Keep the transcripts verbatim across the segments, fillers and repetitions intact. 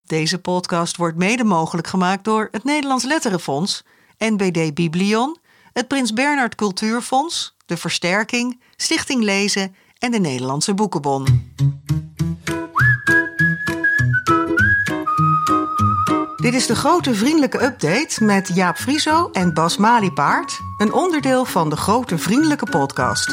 Deze podcast wordt mede mogelijk gemaakt door het Nederlands Letterenfonds, N B D Biblion, het Prins Bernhard Cultuurfonds, de Versterking, Stichting Lezen en de Nederlandse Boekenbon. Dit is de grote vriendelijke update met Jaap Frieso en Bas Maliepaard, een onderdeel van de grote vriendelijke podcast.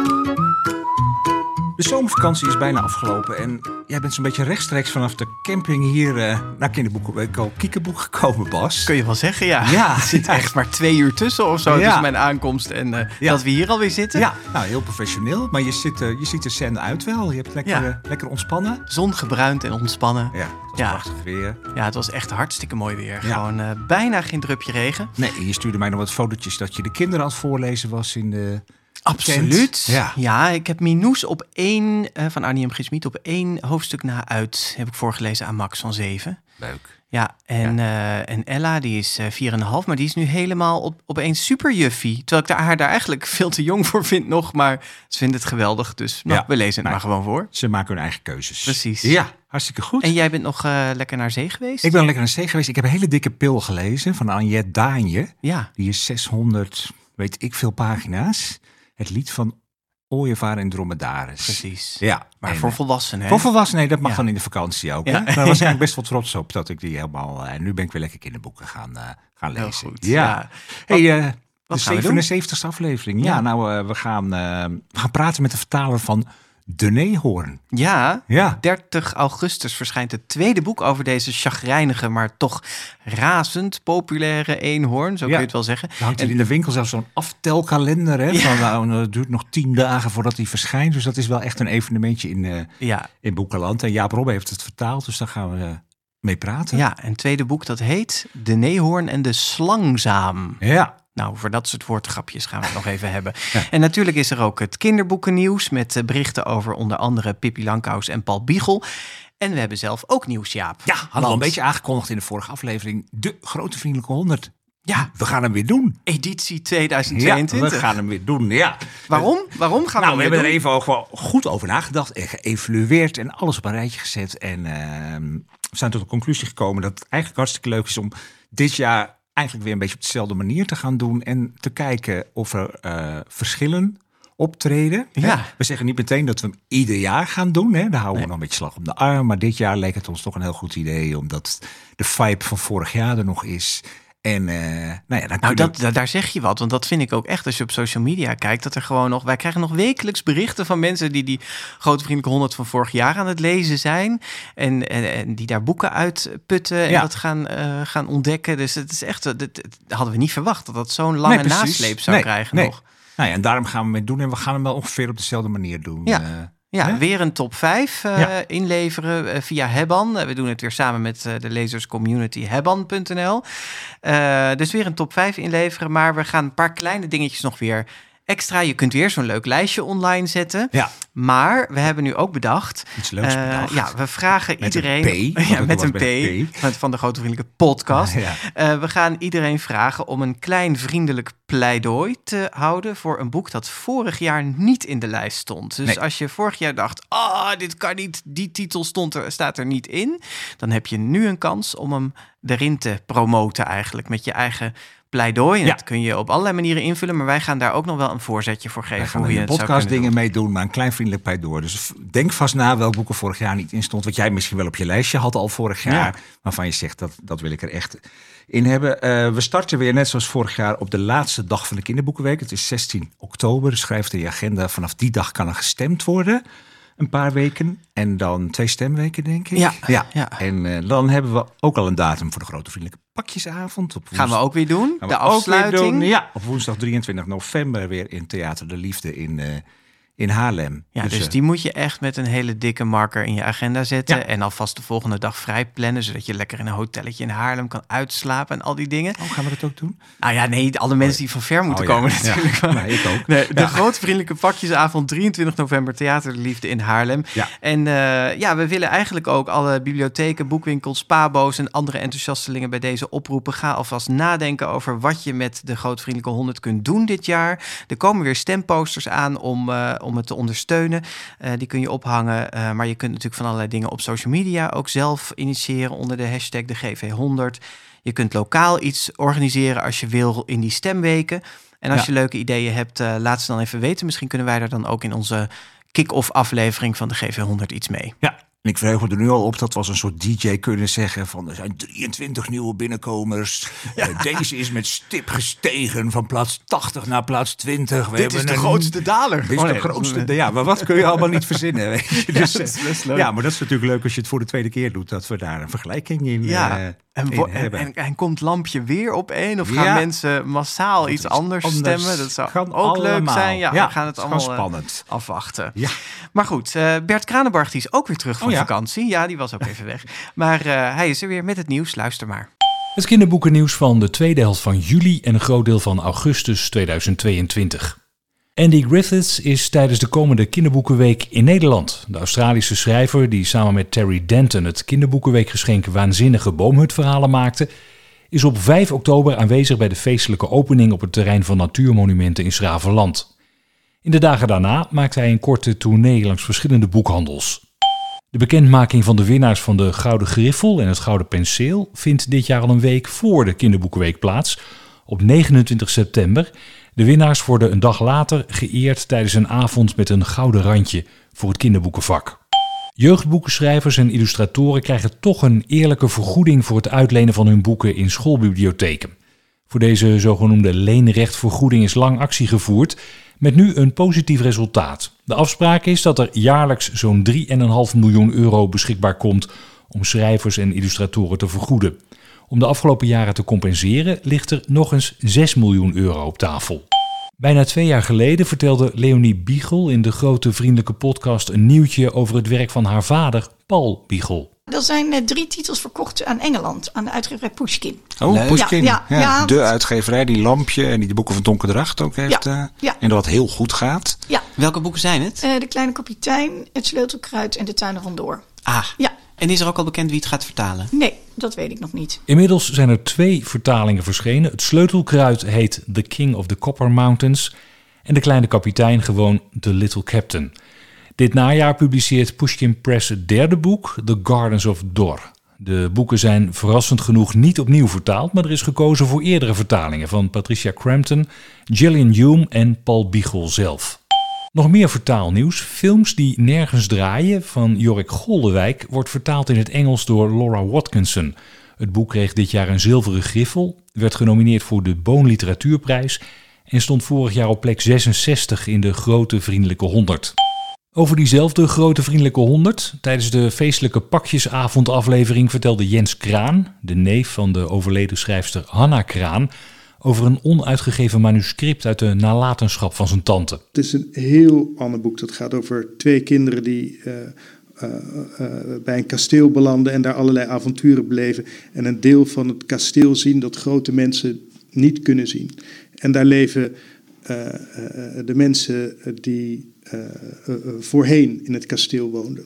De zomervakantie is bijna afgelopen en jij bent zo'n beetje rechtstreeks vanaf de camping hier uh, naar Kinderboekenweek al Kiekeboek gekomen, Bas. Kun je wel zeggen, ja. Ja. Er zit echt maar twee uur tussen of zo Ja. tussen mijn aankomst en uh, Ja. dat we hier alweer zitten. Ja, nou heel professioneel, maar je, zit, uh, je ziet er zen uit wel. Je hebt lekker, Ja. uh, lekker ontspannen. Zongebruind en ontspannen. Ja, het was Ja. prachtig weer. Ja, het was echt hartstikke mooi weer. Ja. Gewoon uh, bijna geen drupje regen. Nee, je stuurde mij nog wat fotootjes dat je de kinderen aan het voorlezen was in de... Absoluut. Ja. ja, ik heb Minoes op één, uh, van Annie M. Gismiet, op één hoofdstuk na uit, heb ik voorgelezen aan Max van zeven. Leuk. Ja, en, Ja. uh, en Ella, die is uh, vier en een half, maar die is nu helemaal op, opeens superjuffie. Terwijl ik daar, haar daar eigenlijk veel te jong voor vind nog, maar ze vindt het geweldig. Dus nou, Ja. we lezen het Nou, maar gewoon voor. Ze maken hun eigen keuzes. Precies. Ja, hartstikke goed. En jij bent nog uh, lekker naar zee geweest? Ik ben lekker naar zee geweest. Ik heb een hele dikke pil gelezen van Anjet Daanje. Ja, Die is zeshonderd, weet ik veel pagina's. Het lied van Ooievaar en Dromedaris. precies. Ja, Maar en, voor eh, volwassenen, hè? Voor volwassenen, nee, dat mag Ja. dan in de vakantie ook. Ja. Hè? Daar was ik eigenlijk best wel trots op dat ik die helemaal... En uh, nu ben ik weer lekker kinderboeken gaan, uh, gaan Heel lezen. goed. Ja. Ja. Hey, uh, wat de gaan we doen? zevenenzeventigste aflevering. Ja, Ja. nou, uh, we, gaan, uh, we gaan praten met de vertaler van De Neehoorn. Ja, Ja. dertig augustus verschijnt het tweede boek over deze chagrijnige, maar toch razend populaire eenhoorn. Zo kun Ja. je het wel zeggen. Er hangt hier En- in de winkel zelfs zo'n aftelkalender. Hè, Ja. van, nou, het duurt nog tien dagen voordat hij verschijnt. Dus dat is wel echt een evenementje in, uh, Ja, in Boekenland. En Jaap Robbe heeft het vertaald, dus daar gaan we uh, mee praten. ja, en het tweede boek dat heet De Neehoorn en de Slangzaam. Ja. Nou, voor dat soort woordgrapjes gaan we het nog even hebben. Ja. En natuurlijk is er ook het kinderboekennieuws met eh, berichten over onder andere Pippi Langkous en Paul Biegel. En we hebben zelf ook nieuws, Jaap. Ja, hadden we al Want- een beetje aangekondigd in de vorige aflevering. De Grote Vriendelijke honderd. Ja, We gaan hem weer doen. editie tweeduizend tweeëntwintig. Ja, we gaan hem weer doen, ja. Waarom? Waarom gaan we Nou, we hem hebben weer er doen? even over goed over nagedacht en geëvalueerd en alles op een rijtje gezet. En uh, we zijn tot de conclusie gekomen dat het eigenlijk hartstikke leuk is om dit jaar eigenlijk weer een beetje op dezelfde manier te gaan doen. En te kijken of er uh, verschillen optreden. Ja. Hè? We zeggen niet meteen dat we hem ieder jaar gaan doen. Hè? Daar houden Nee. we nog een beetje slag om de arm. Maar dit jaar leek het ons toch een heel goed idee. Omdat de vibe van vorig jaar er nog is. En uh, nou ja, dan Nou, kunnen dat, da- daar zeg je wat. Want dat vind ik ook echt als je op social media kijkt. Dat er gewoon nog... Wij krijgen nog wekelijks berichten van mensen die die Grote Vriendelijke honderd van vorig jaar aan het lezen zijn. En, en, en die daar boeken uitputten en Ja. dat gaan, uh, gaan ontdekken. Dus het is echt... Dat, dat hadden we niet verwacht dat dat zo'n lange Nee, precies. nasleep zou Nee, krijgen nee. nog. Nou ja, en daarom gaan we het doen. En we gaan hem wel ongeveer op dezelfde manier doen. Ja. Uh, Ja, Hè? weer een top vijf uh, Ja. inleveren uh, via Hebban. Uh, we doen het weer samen met uh, de lezerscommunity hebban punt n l. Uh, dus weer een top vijf inleveren. Maar we gaan een paar kleine dingetjes nog weer extra. Je kunt weer zo'n leuk lijstje online zetten. Ja, Maar we hebben nu ook bedacht... iets leuks uh, bedacht. ja, we vragen Met iedereen... een P, want ja, het met was een bij P, Van, van de Grote Vriendelijke Podcast. Ja. Uh, we gaan iedereen vragen om een klein vriendelijk pleidooi te houden voor een boek dat vorig jaar niet in de lijst stond. Dus Nee. als je vorig jaar dacht, ah, oh, dit kan niet, die titel stond er, staat er niet in, dan heb je nu een kans om hem erin te promoten eigenlijk met je eigen pleidooi. En Ja. dat kun je op allerlei manieren invullen, maar wij gaan daar ook nog wel een voorzetje voor Wij geven gaan hoe er je in de het zou podcast kunnen dingen doen. mee doen, maar een klein vriendelijk pleidooi. Dus v- denk vast na welk boek er vorig jaar niet in stond. Wat jij misschien wel op je lijstje had al vorig jaar. Ja. Waarvan je zegt, dat, dat wil ik er echt in hebben. Uh, we starten weer net zoals vorig jaar op de laatste dag van de Kinderboekenweek. Het is zestien oktober. Dus schrijf in je agenda. Vanaf die dag kan er gestemd worden. Een paar weken. En dan twee stemweken, denk ik. Ja, ja. ja. En uh, dan hebben we ook al een datum voor de Grote Vriendelijke Pakjesavond. Op Gaan we ook weer doen, Gaan de we ook weer afsluiting. doen. Ja, op woensdag drieëntwintig november weer in Theater de Liefde in, uh, in Haarlem. Ja, dus, eh, die moet je echt met een hele dikke marker in je agenda zetten. Ja. En alvast de volgende dag vrij plannen, zodat je lekker in een hotelletje in Haarlem kan uitslapen en al die dingen. Oh, gaan we dat ook doen? Nou ja, nee, alle mensen die van ver moeten Oh, ja. komen Ja. natuurlijk. Ja. Nee, ik ook. Nee, de Ja. Grote Vriendelijke Pakjesavond, drieëntwintig november, Theater de Liefde in Haarlem. Ja. En uh, ja, we willen eigenlijk ook alle bibliotheken, boekwinkels, pabo's en andere enthousiastelingen bij deze oproepen. Ga alvast nadenken over wat je met de Grote Vriendelijke honderd kunt doen dit jaar. Er komen weer stemposters aan om, uh, om het te ondersteunen. Uh, die kun je ophangen. Uh, maar je kunt natuurlijk van allerlei dingen op social media ook zelf initiëren onder de hashtag de G V honderd. Je kunt lokaal iets organiseren als je wil in die stemweken. En als ja. je leuke ideeën hebt, uh, laat ze dan even weten. Misschien kunnen wij daar dan ook in onze kick-off aflevering van de G V honderd iets mee. Ja. En ik verheug me er nu al op dat we als een soort D J kunnen zeggen van er zijn drieëntwintig nieuwe binnenkomers. Ja. Uh, deze is met stip gestegen van plaats tachtig naar plaats twintig. We Dit is de een, grootste daler. Dit is oh, nee, de grootste. Nee. Ja, maar wat kun je allemaal niet verzinnen? Weet je? Dus, ja, dat is best leuk. Ja, maar dat is natuurlijk leuk als je het voor de tweede keer doet, dat we daar een vergelijking in, ja. uh, en, in en, hebben. En, en komt Lampje weer op één? Of gaan ja. mensen massaal dat iets anders, anders stemmen? Dat zou ook allemaal leuk zijn. Ja, ja, we gaan het allemaal spannend. Uh, afwachten. Ja. Maar goed, uh, Bert Kranenbarg die is ook weer terug van oh, ja. vakantie. Ja, die was ook even weg. Maar uh, hij is er weer met het nieuws. Luister maar. Het kinderboekennieuws van de tweede helft van juli en een groot deel van augustus tweeduizend tweeëntwintig. Andy Griffiths is tijdens de komende Kinderboekenweek in Nederland. De Australische schrijver die samen met Terry Denton het Kinderboekenweekgeschenk Waanzinnige Boomhutverhalen maakte, is op vijf oktober aanwezig bij de feestelijke opening op het terrein van Natuurmonumenten in 's Gravenland. In de dagen daarna maakte hij een korte tournee langs verschillende boekhandels. De bekendmaking van de winnaars van de Gouden Griffel en het Gouden Penseel vindt dit jaar al een week voor de Kinderboekenweek plaats, op negenentwintig september. De winnaars worden een dag later geëerd tijdens een avond met een gouden randje voor het kinderboekenvak. Jeugdboekenschrijvers en illustratoren krijgen toch een eerlijke vergoeding voor het uitlenen van hun boeken in schoolbibliotheken. Voor deze zogenoemde leenrechtvergoeding is lang actie gevoerd, met nu een positief resultaat. De afspraak is dat er jaarlijks zo'n drie komma vijf miljoen euro beschikbaar komt om schrijvers en illustratoren te vergoeden. Om de afgelopen jaren te compenseren ligt er nog eens zes miljoen euro op tafel. Bijna twee jaar geleden vertelde Leonie Biegel in de Grote Vriendelijke Podcast een nieuwtje over het werk van haar vader, Paul Biegel. Er zijn uh, drie titels verkocht aan Engeland, aan de uitgeverij Pushkin. Oh, Leuk. Pushkin. Ja, ja, ja, de ja. uitgeverij die Lampje en die de boeken van Tonke Dracht ook heeft. Ja, uh, ja. En dat heel goed gaat. Ja. Welke boeken zijn het? Uh, de Kleine Kapitein, Het Sleutelkruid en De Tuinen van Door. Ah, ja. En is er ook al bekend wie het gaat vertalen? Nee, dat weet ik nog niet. Inmiddels zijn er twee vertalingen verschenen. Het Sleutelkruid heet The King of the Copper Mountains en De Kleine Kapitein gewoon The Little Captain. Dit najaar publiceert Pushkin Press het derde boek, The Gardens of Dor. De boeken zijn verrassend genoeg niet opnieuw vertaald, maar er is gekozen voor eerdere vertalingen van Patricia Crampton, Gillian Hume en Paul Biegel zelf. Nog meer vertaalnieuws. Films die nergens draaien van Jorik Goldewijk wordt vertaald in het Engels door Laura Watkinson. Het boek kreeg dit jaar een zilveren griffel, werd genomineerd voor de Boon Literatuurprijs en stond vorig jaar op plek zesenzestig in de Grote Vriendelijke honderd. Over diezelfde Grote Vriendelijke honderd, tijdens de feestelijke pakjesavondaflevering vertelde Jens Kraan, de neef van de overleden schrijfster Hanna Kraan, over een onuitgegeven manuscript uit de nalatenschap van zijn tante. Het is een heel ander boek. Dat gaat over twee kinderen die uh, uh, uh, bij een kasteel belanden en daar allerlei avonturen beleven. En een deel van het kasteel zien dat grote mensen niet kunnen zien. En daar leven uh, uh, de mensen die uh, uh, voorheen in het kasteel woonden.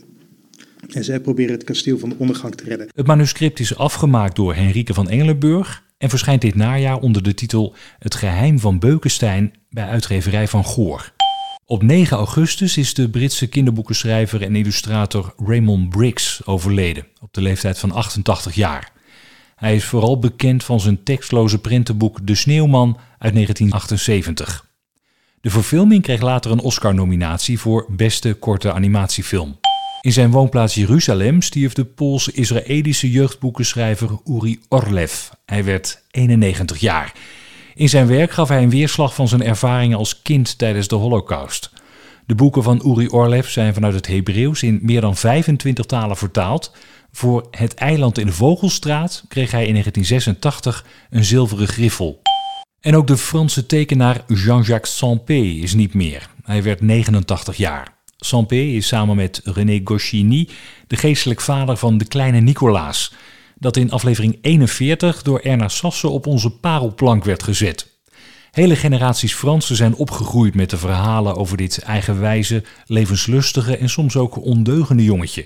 En zij proberen het kasteel van de ondergang te redden. Het manuscript is afgemaakt door Henrike van Engelenburg en verschijnt dit najaar onder de titel Het Geheim van Beukenstein bij uitgeverij Van Goor. Op negen augustus is de Britse kinderboekenschrijver en illustrator Raymond Briggs overleden, op de leeftijd van achtentachtig jaar. Hij is vooral bekend van zijn tekstloze prentenboek De Sneeuwman uit negentien achtenzeventig. De verfilming kreeg later een Oscar-nominatie voor beste korte animatiefilm. In zijn woonplaats Jeruzalem stierf de Pools-Israëlische jeugdboekenschrijver Uri Orlev. Hij werd eenennegentig jaar. In zijn werk gaf hij een weerslag van zijn ervaringen als kind tijdens de Holocaust. De boeken van Uri Orlev zijn vanuit het Hebreeuws in meer dan vijfentwintig talen vertaald. Voor Het eiland in de Vogelstraat kreeg hij in negentien zesentachtig een zilveren griffel. En ook de Franse tekenaar Jean-Jacques Sampé is niet meer. Hij werd negenentachtig jaar. Sampé is samen met René Goscinny de geestelijk vader van De Kleine Nicolaas, dat in aflevering eenenveertig door Erna Sassen op onze parelplank werd gezet. Hele generaties Fransen zijn opgegroeid met de verhalen over dit eigenwijze, levenslustige en soms ook ondeugende jongetje.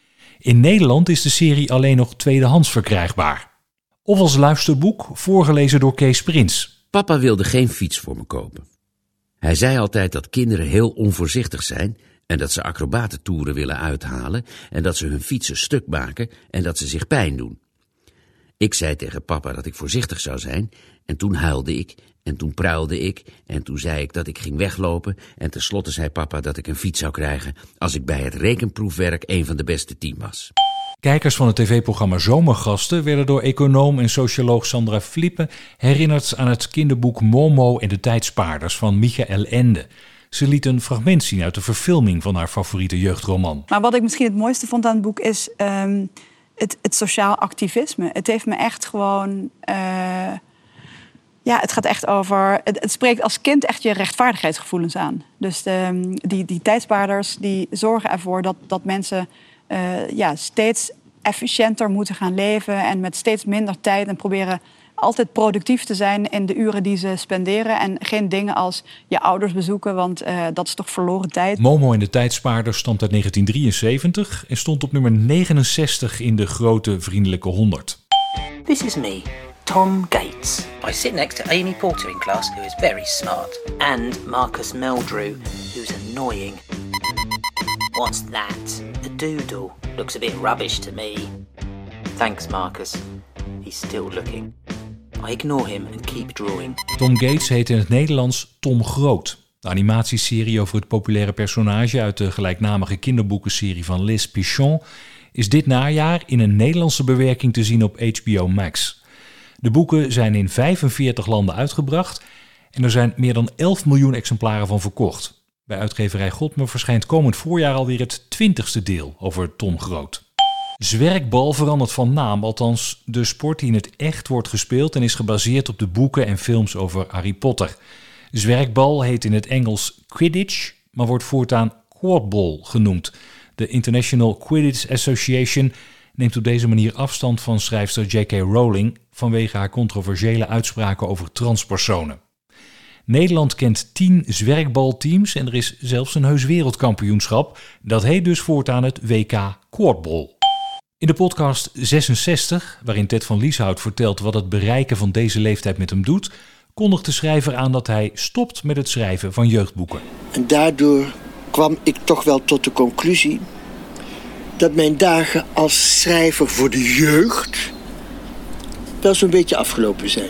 In Nederland is de serie alleen nog tweedehands verkrijgbaar. Of als luisterboek, voorgelezen door Kees Prins. Papa wilde geen fiets voor me kopen. Hij zei altijd dat kinderen heel onvoorzichtig zijn en dat ze acrobatentoeren willen uithalen en dat ze hun fietsen stuk maken en dat ze zich pijn doen. Ik zei tegen papa dat ik voorzichtig zou zijn en toen huilde ik en toen pruilde ik en toen zei ik dat ik ging weglopen en tenslotte zei papa dat ik een fiets zou krijgen als ik bij het rekenproefwerk een van de beste team was. Kijkers van het tv-programma Zomergasten werden door econoom en socioloog Sandra Flippen herinnerd aan het kinderboek Momo en de Tijdspaarders van Michael Ende. Ze liet een fragment zien uit de verfilming van haar favoriete jeugdroman. Maar wat ik misschien het mooiste vond aan het boek is um, het, het sociaal activisme. Het heeft me echt gewoon... Uh, ja, het gaat echt over... Het, het spreekt als kind echt je rechtvaardigheidsgevoelens aan. Dus de, die, die tijdspaarders die zorgen ervoor dat, dat mensen uh, ja, steeds efficiënter moeten gaan leven en met steeds minder tijd en proberen altijd productief te zijn in de uren die ze spenderen. En geen dingen als je ouders bezoeken, want uh, dat is toch verloren tijd. Momo en de Tijdspaarders stamt uit negentien drieënzeventig en stond op nummer negenenzestig in de grote vriendelijke honderd. This is me, Tom Gates. I sit next to Amy Porter in class, who is very smart. And Marcus Meldrew, who's annoying. What's that? A doodle. Looks a bit rubbish to me. Thanks, Marcus. He's still looking. I ignore him and keep drawing. Tom Gates heet in het Nederlands Tom Groot. De animatieserie over het populaire personage uit de gelijknamige kinderboekenserie van Liz Pichon is dit najaar in een Nederlandse bewerking te zien op H B O Max. De boeken zijn in vijfenveertig landen uitgebracht en er zijn meer dan elf miljoen exemplaren van verkocht. Bij uitgeverij Godmer verschijnt komend voorjaar alweer het twintigste deel over Tom Groot. Zwerkbal verandert van naam, althans de sport die in het echt wordt gespeeld en is gebaseerd op de boeken en films over Harry Potter. Zwerkbal heet in het Engels Quidditch, maar wordt voortaan quadball genoemd. De International Quidditch Association neemt op deze manier afstand van schrijfster J K Rowling vanwege haar controversiële uitspraken over transpersonen. Nederland kent tien zwerkbalteams en er is zelfs een heus wereldkampioenschap. Dat heet dus voortaan het W K Quadball. In de podcast zesenzestig, waarin Ted van Lieshout vertelt wat het bereiken van deze leeftijd met hem doet, kondigt de schrijver aan dat hij stopt met het schrijven van jeugdboeken. En daardoor kwam ik toch wel tot de conclusie dat mijn dagen als schrijver voor de jeugd wel zo'n beetje afgelopen zijn.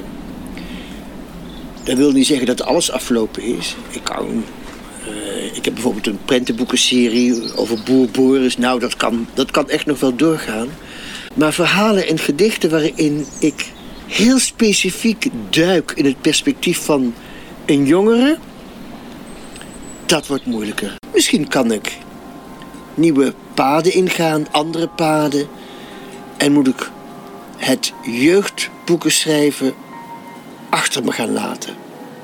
Dat wil niet zeggen dat alles afgelopen is. Ik kan... Uh, ik heb bijvoorbeeld een prentenboekenserie over Boer Boris. Nou, dat kan, dat kan echt nog wel doorgaan. Maar verhalen en gedichten waarin ik heel specifiek duik in het perspectief van een jongere, dat wordt moeilijker. Misschien kan ik nieuwe paden ingaan, andere paden. En moet ik het jeugdboeken schrijven achter me gaan laten.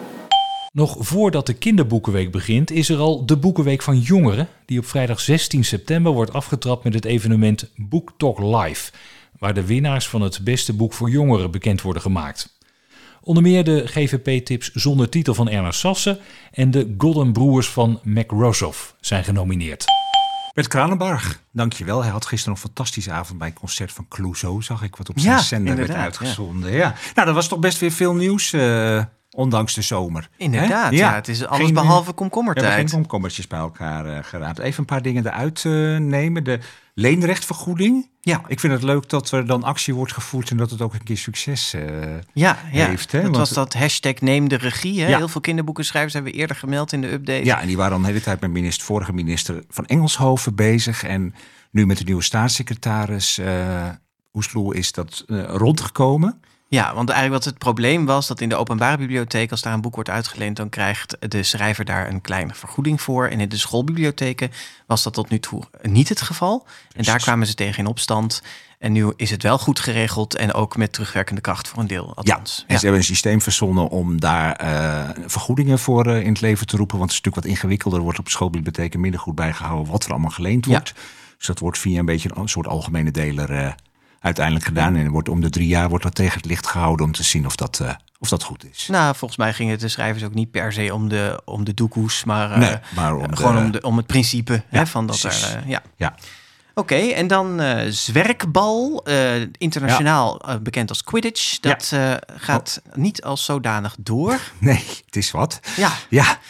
Nog voordat de kinderboekenweek begint is er al de Boekenweek van Jongeren, die op vrijdag zestien september wordt afgetrapt met het evenement Book Talk Live, waar de winnaars van het beste boek voor jongeren bekend worden gemaakt. Onder meer de G V P-tips zonder titel van Erna Sassen en de Golden Broers van Mac Rossoff zijn genomineerd. Bert Kranenbarg, dankjewel. Hij had gisteren een fantastische avond bij een concert van Clouseau, zag ik, wat op zijn ja, zender werd uitgezonden. Ja. ja, nou, dat was toch best weer veel nieuws, uh, ondanks de zomer. Inderdaad, ja. ja. Het is alles geen, behalve komkommertijd. We hebben geen komkommertjes bij elkaar uh, geraapt. Even een paar dingen eruit uh, nemen. De leenrechtvergoeding. Ja, ik vind het leuk dat er dan actie wordt gevoerd en dat het ook een keer succes uh, ja, ja. heeft. Hè? Dat Want, was dat hashtag neem de regie. Hè? Ja. Heel veel kinderboekenschrijvers hebben we eerder gemeld in de update. Ja, en die waren dan de hele tijd met minister, vorige minister van Engelshoven bezig. En nu met de nieuwe staatssecretaris uh, Oesloe is dat uh, rondgekomen. Ja, want eigenlijk wat het probleem was, dat in de openbare bibliotheek, als daar een boek wordt uitgeleend, dan krijgt de schrijver daar een kleine vergoeding voor. En in de schoolbibliotheken was dat tot nu toe niet het geval. En daar kwamen ze tegen in opstand. En nu is het wel goed geregeld en ook met terugwerkende kracht voor een deel. Althans. Ja, en ja. ze hebben een systeem verzonnen om daar uh, vergoedingen voor uh, in het leven te roepen. Want het is natuurlijk wat ingewikkelder, wordt op schoolbibliotheken minder goed bijgehouden wat er allemaal geleend wordt. Ja. Dus dat wordt via een beetje een soort algemene deler uh, uiteindelijk gedaan. En wordt om de drie jaar wordt dat tegen het licht gehouden om te zien of dat, uh, of dat goed is. Nou, volgens mij gingen de schrijvers ook niet per se om de, om de doekoes, maar, uh, nee, maar om gewoon de, om, de, om het principe. Ja, hè, van dat er, uh, ja. ja. Oké, okay, en dan uh, zwerkbal, uh, internationaal ja. uh, bekend als Quidditch. Dat ja. uh, gaat oh. niet als zodanig door. Nee, het is wat. Ja. ja.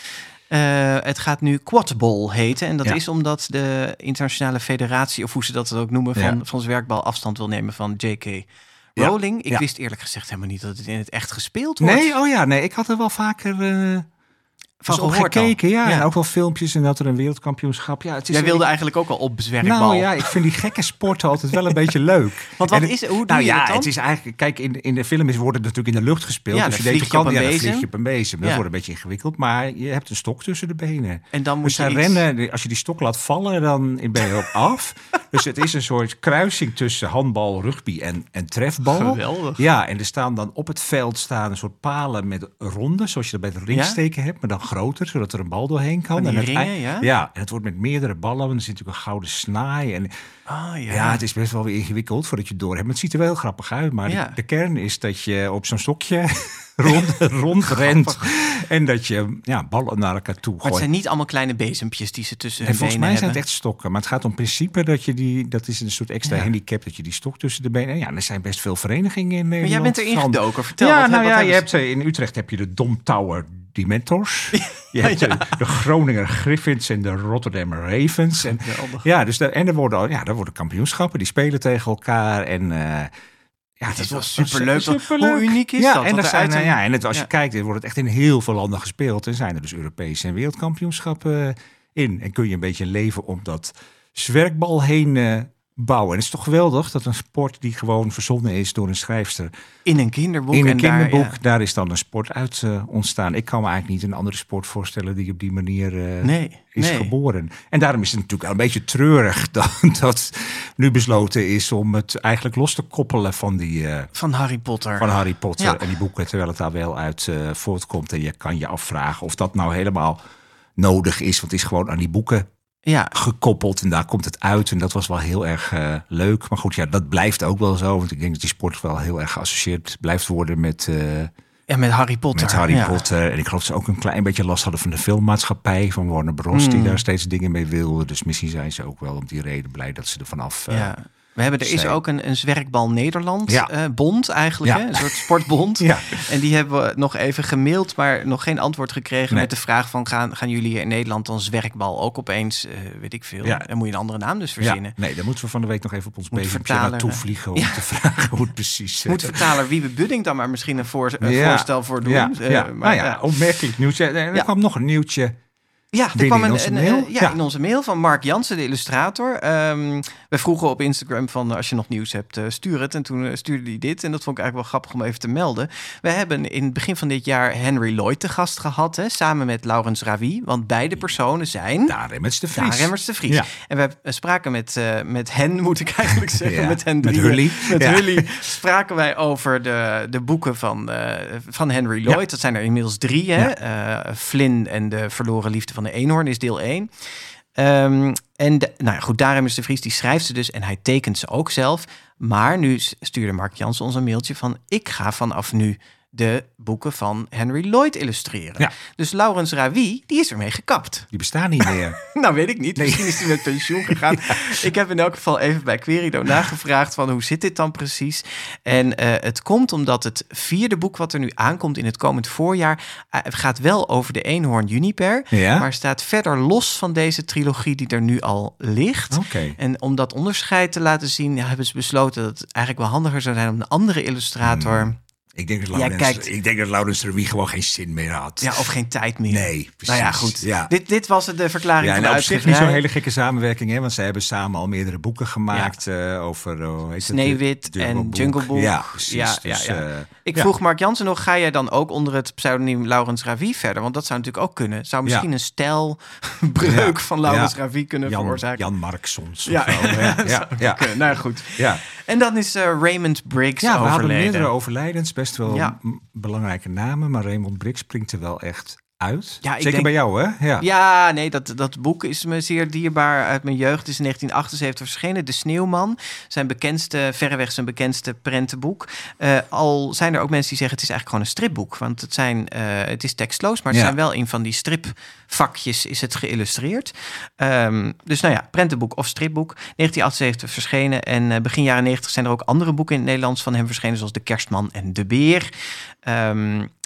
Uh, het gaat nu quadball heten. En dat Ja. is omdat de internationale federatie, of hoe ze dat ook noemen, van, Ja. van zwerkbal afstand wil nemen van J K Rowling. Ik Ja. wist eerlijk gezegd helemaal niet dat het in het echt gespeeld wordt. Nee, oh ja, nee, ik had er wel vaker uh, van op gehoord gekeken. Ja, ja, en ook wel filmpjes en dat er een wereldkampioenschap. Ja, het is Jij wilde ik, eigenlijk ook al op zwerkbal. Nou ja, ik vind die gekke sporten altijd wel een beetje leuk. Want wat en is, hoe doe nou je ja, het dan? het is eigenlijk, kijk, in, in de film is, wordt het natuurlijk in de lucht gespeeld. Ja, dus dan je denkt, vlieg je kan, op een ja, dan bezem. vlieg je op een bezem. Dat Ja. wordt een beetje ingewikkeld, maar je hebt een stok tussen de benen. En dan moet dus je zij iets... rennen, als je die stok laat vallen, dan ben je ook af. Dus het is een soort kruising tussen handbal, rugby en, en trefbal. Geweldig. Ja, en er staan dan op het veld staan een soort palen met ronde, zoals je dat bij het ringsteken hebt, maar dan groter, zodat er een bal doorheen kan. Van die en het, ringen, ja? Ja, en het wordt met meerdere ballen, want er zit natuurlijk een gouden snaai. En Oh, ja. ja, het is best wel weer ingewikkeld voordat je het door hebt. Maar het ziet er wel heel grappig uit. Maar Ja. de, de kern is dat je op zo'n stokje rond, rond rent. En dat je ja, ballen naar elkaar toe gooit. Maar het zijn niet allemaal kleine bezempjes die ze tussen En hun volgens benen mij zijn hebben. het echt stokken. Maar het gaat om principe dat je die... Dat is een soort extra Ja. handicap dat je die stok tussen de benen... Ja, en er zijn best veel verenigingen in Nederland. Maar jij bent erin van- gedoken. Vertel, Ja, wat, nou wat ja, hebben je ze- hebt, eh, in Utrecht heb je de Dom Tower Dementors. Je hebt Ja. de, de Groninger Griffins en de Rotterdam Ravens. En, Geweldig. ja, dus daar, en er worden, ja, er worden kampioenschappen, die spelen tegen elkaar. En, uh, ja, Het is wel was- superleuk. superleuk. Hoe uniek is ja, dat? En, Dat dat er zijn, uit een- ja, en het, als ja. je kijkt, er wordt het echt in heel veel landen gespeeld. En zijn er dus Europese en wereldkampioenschappen uh, in. En kun je een beetje leven om dat zwerkbal heen uh, bouwen. En het is toch geweldig dat een sport die gewoon verzonnen is door een schrijfster... In een kinderboek. In een en kinderboek, Daar, ja. daar is dan een sport uit uh, ontstaan. Ik kan me eigenlijk niet een andere sport voorstellen die op die manier uh, Nee, is nee. geboren. En daarom is het natuurlijk wel een beetje treurig dat, dat nu besloten is om het eigenlijk los te koppelen van die... Uh, Van Harry Potter. Van Harry Potter Ja. en die boeken, terwijl het daar wel uit uh, voortkomt. En je kan je afvragen of dat nou helemaal nodig is. Want het is gewoon aan die boeken Ja. gekoppeld en daar komt het uit. En dat was wel heel erg uh, leuk. Maar goed, ja, dat blijft ook wel zo. Want ik denk dat die sport wel heel erg geassocieerd blijft worden met... Uh, Ja, met Harry Potter. Met Harry ja. Potter. En ik geloof dat ze ook een klein beetje last hadden van de filmmaatschappij van Warner Bros. Mm. Die daar steeds dingen mee wilde. Dus misschien zijn ze ook wel om die reden blij dat ze er vanaf... Uh, Ja. We hebben, er is zijn. ook een, een Zwerkbal Nederland Ja. uh, bond eigenlijk, Ja. hè? Een soort sportbond. Ja. En die hebben we nog even gemaild, maar nog geen antwoord gekregen Nee. met de vraag van gaan, gaan jullie in Nederland dan Zwerkbal ook opeens, uh, weet ik veel. Ja. Dan moet je een andere naam dus verzinnen. Ja, nee, dan moeten we van de week nog even op ons Moet bezempje vertalen, naartoe hè? vliegen om Ja. te vragen hoe het precies... Moet vertaler Wiebe Budding dan maar misschien een, voor, een Ja. voorstel voor doen. Ja, Uh, ja. maar, nou ja, ja. opmerkelijk nieuwtje. En er Ja. kwam nog een nieuwtje. Ja, er Binnen kwam in een, onze een, mail? een- ja, Ja. in onze mail van Mark Jansen, de illustrator. Um, we vroegen op Instagram van als je nog nieuws hebt, uh, stuur het. En toen uh, stuurde hij dit. En dat vond ik eigenlijk wel grappig om even te melden. We hebben in het begin van dit jaar Henry Lloyd te gast gehad, hè, samen met Laurens Ravi. Want beide personen zijn... Daar Remmers de Vries. Daar Remmers de Vries. Ja. En we spraken met, uh, met hen, moet ik eigenlijk zeggen. Ja, met hen met drieën. Hully. Met Ja. Hully spraken wij over de, de boeken van, uh, van Henry Lloyd. Ja. Dat zijn er inmiddels drie. Hè? Uh, Flynn en de verloren liefde van de eenhoorn is deel één. Um, en de, nou ja, goed, daarom is de Vries, die schrijft ze dus en hij tekent ze ook zelf. Maar nu stuurde Mark Jansen ons een mailtje van... ik ga vanaf nu de boeken van Henry Lloyd illustreren. Ja. Dus Laurens Ravi, die is ermee gekapt. Die bestaan niet meer. Nou, weet ik niet. Nee. Misschien is hij met pensioen gegaan. Ja. Ik heb in elk geval even bij Querido nagevraagd van hoe zit dit dan precies? En uh, het komt omdat het vierde boek wat er nu aankomt in het komend voorjaar... Uh, gaat wel over de eenhoorn Juniper, Ja? maar staat verder los van deze trilogie die er nu al ligt. Oké. En om dat onderscheid te laten zien, ja, hebben ze besloten dat het eigenlijk wel handiger zou zijn om een andere illustrator... Hmm. Ik denk dat Ja, Laurens, kijkt. ik denk dat Laurens Revie gewoon geen zin meer had. Ja, of geen tijd meer. Nee, precies. Nou ja, goed. Ja. Dit, dit was het, de verklaring Ja, van en de op zich niet uitgeverij. zo'n hele gekke samenwerking, hè? Want ze hebben samen al meerdere boeken gemaakt ja. uh, over uh, hoe heet Sneeuwwit het? en Jungle Book. Ja, precies. Ja, dus, ja, ja. Uh, Ik ja. vroeg Mark Jansen nog, ga jij dan ook onder het pseudoniem Laurens Ravi verder? Want dat zou natuurlijk ook kunnen. Zou misschien Ja. een stijlbreuk Ja. van Laurens Ja. Ravi kunnen Jan, veroorzaken. Jan Marksons. Ja, of wel. ja, dat ja, zou ja. kunnen. Nou goed. Ja. En dan is uh, Raymond Briggs Ja, we hadden overleden. meerdere overlijdens, best wel Ja. m- belangrijke namen, maar Raymond Briggs springt er wel echt uit. Ja, ik Zeker denk- bij jou, hè? Ja. Ja, nee, dat, dat boek is me zeer dierbaar uit mijn jeugd. Het is in negentien achtenzeventig verschenen. De Sneeuwman, zijn bekendste, verreweg zijn bekendste prentenboek. Uh, al zijn er ook mensen die zeggen het is eigenlijk gewoon een stripboek. Want het, zijn, uh, het is tekstloos, maar het Ja. zijn wel in van die stripvakjes is het geïllustreerd. Um, dus nou ja, prentenboek of stripboek. negentien achtenzeventig verschenen. En uh, begin jaren negentig zijn er ook andere boeken in het Nederlands van hem verschenen. Zoals De Kerstman en De Beer. Um,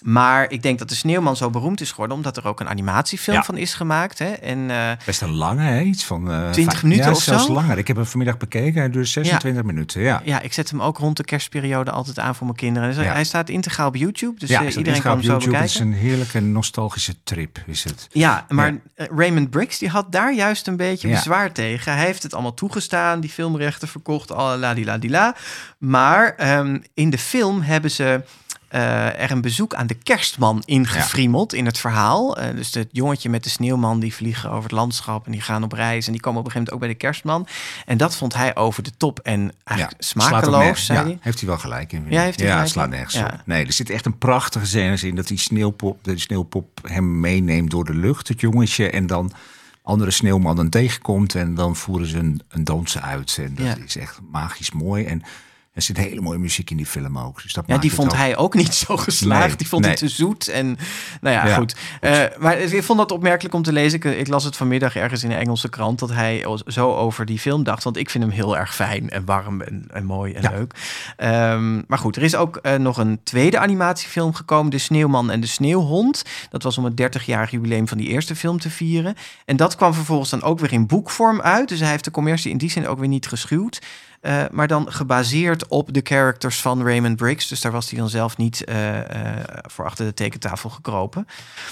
Maar ik denk dat de Sneeuwman zo beroemd is geworden... omdat er ook een animatiefilm Ja. van is gemaakt. Hè? En, uh, Best een lange, hè? Iets van... Uh, twintig vijf, minuten ja, of zelfs zo? langer. Ik heb hem vanmiddag bekeken. Hij duurt zesentwintig ja. minuten, ja. Ja, ik zet hem ook rond de kerstperiode altijd aan voor mijn kinderen. Dus Ja. Hij staat integraal op YouTube, dus ja, uh, iedereen kan hem zo bekijken. Het is een heerlijke nostalgische trip, is het. Ja, maar ja. Raymond Briggs die had daar juist een beetje Ja. bezwaar tegen. Hij heeft het allemaal toegestaan, die filmrechten verkocht, la-di-la-di-la. Maar um, in de film hebben ze... Uh, er een bezoek aan de kerstman ingefriemeld ja. in het verhaal. Uh, dus het jongetje met de sneeuwman, die vliegen over het landschap... en die gaan op reis en die komen op een gegeven moment ook bij de kerstman. En dat vond hij over de top en eigenlijk ja. smakeloos, zei ja, hij. Heeft hij wel gelijk in. Ja, heeft hij ja gelijk slaat in? nergens Ja. op. Nee, er zit echt een prachtige scènes in... dat die sneeuwpop, de sneeuwpop hem meeneemt door de lucht, het jongetje... en dan andere sneeuwmannen tegenkomt... en dan voeren ze een, een dansen uit. En dat ja. is echt magisch mooi. En er zit hele mooie muziek in die film ook. Dus dat ja, die vond ook... hij ook niet zo geslaagd. Nee, die vond nee. het te zoet. En nou ja, ja goed. Uh, maar ik vond dat opmerkelijk om te lezen. Ik, ik las het vanmiddag ergens in een Engelse krant... dat hij zo over die film dacht. Want ik vind hem heel erg fijn en warm en, en mooi en ja. leuk. Um, maar goed, er is ook uh, nog een tweede animatiefilm gekomen. De Sneeuwman en de Sneeuwhond. Dat was om het dertigjarig jubileum van die eerste film te vieren. En dat kwam vervolgens dan ook weer in boekvorm uit. Dus hij heeft de commercie in die zin ook weer niet geschuwd. Uh, maar dan gebaseerd op de characters van Raymond Briggs. Dus daar was hij dan zelf niet uh, uh, voor achter de tekentafel gekropen.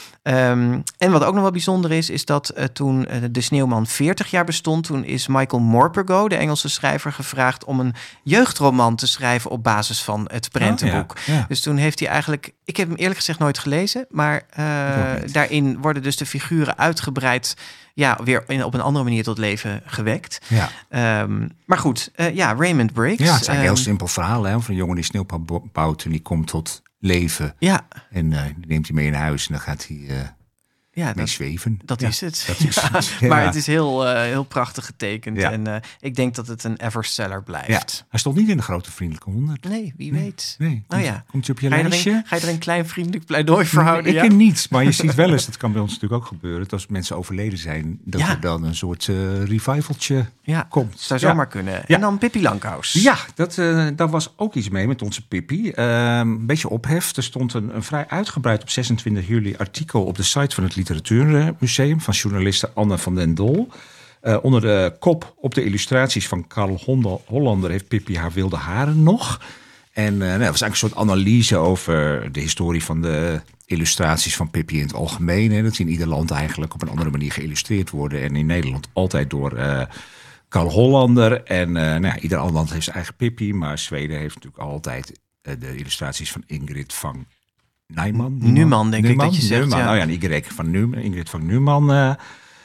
Um, en wat ook nog wel bijzonder is, is dat uh, toen uh, de Sneeuwman veertig jaar bestond... toen is Michael Morpurgo, de Engelse schrijver, gevraagd... om een jeugdroman te schrijven op basis van het prentenboek. Oh, ja, ja. Dus toen heeft hij eigenlijk... Ik heb hem eerlijk gezegd nooit gelezen... maar uh, daarin worden dus de figuren uitgebreid... ja, weer in, op een andere manier tot leven gewekt. Ja. Um, maar goed, uh, ja, Raymond Briggs. Ja, het is een um, heel simpel verhaal, hè? Van een jongen die sneeuwpop bouwt en die komt tot leven. Ja. En uh, die neemt hij mee in huis en dan gaat hij uh, ja, mee dat, zweven. Dat ja, is het. Dat is ja. het. Ja. Maar het is heel, uh, heel prachtig getekend. Ja. En uh, ik denk dat het een everseller blijft. Ja. Hij stond niet in de grote vriendelijke honderd. Nee, wie nee. weet. Nee. Komt, nou ja. komt je op je ga je lijstje? Een, ga je er een klein vriendelijk pleidooi voor houden? Nee, ik ja? ken niet. Maar je ziet wel eens, dat kan bij ons natuurlijk ook gebeuren... dat als mensen overleden zijn, dat ja. er dan een soort uh, revivaltje ja. komt. Dat zou ja. zomaar kunnen. Ja. En dan Pippi Langkous. Ja, dat, uh, daar was ook iets mee met onze Pippi. Uh, een beetje ophef. Er stond een, een vrij uitgebreid op zesentwintig juli artikel... op de site van het Literatuurmuseum... van journaliste Anne van den Dol. Uh, onder de kop op de illustraties van Karl Hollander... heeft Pippi haar wilde haren nog. En uh, nou, dat was eigenlijk een soort analyse over de historie van de illustraties van Pippi in het algemeen. Hè. Dat die in ieder land eigenlijk op een andere manier geïllustreerd worden. En in Nederland altijd door uh, Karl Hollander. En uh, nou ja, ieder ander land heeft zijn eigen Pippi. Maar Zweden heeft natuurlijk altijd uh, de illustraties van Ingrid van Nijman. Numan, denk Numan, ik dat je zegt. Numan. Ja. Nou ja, Ingrid van Numan, Ingrid van Numan uh,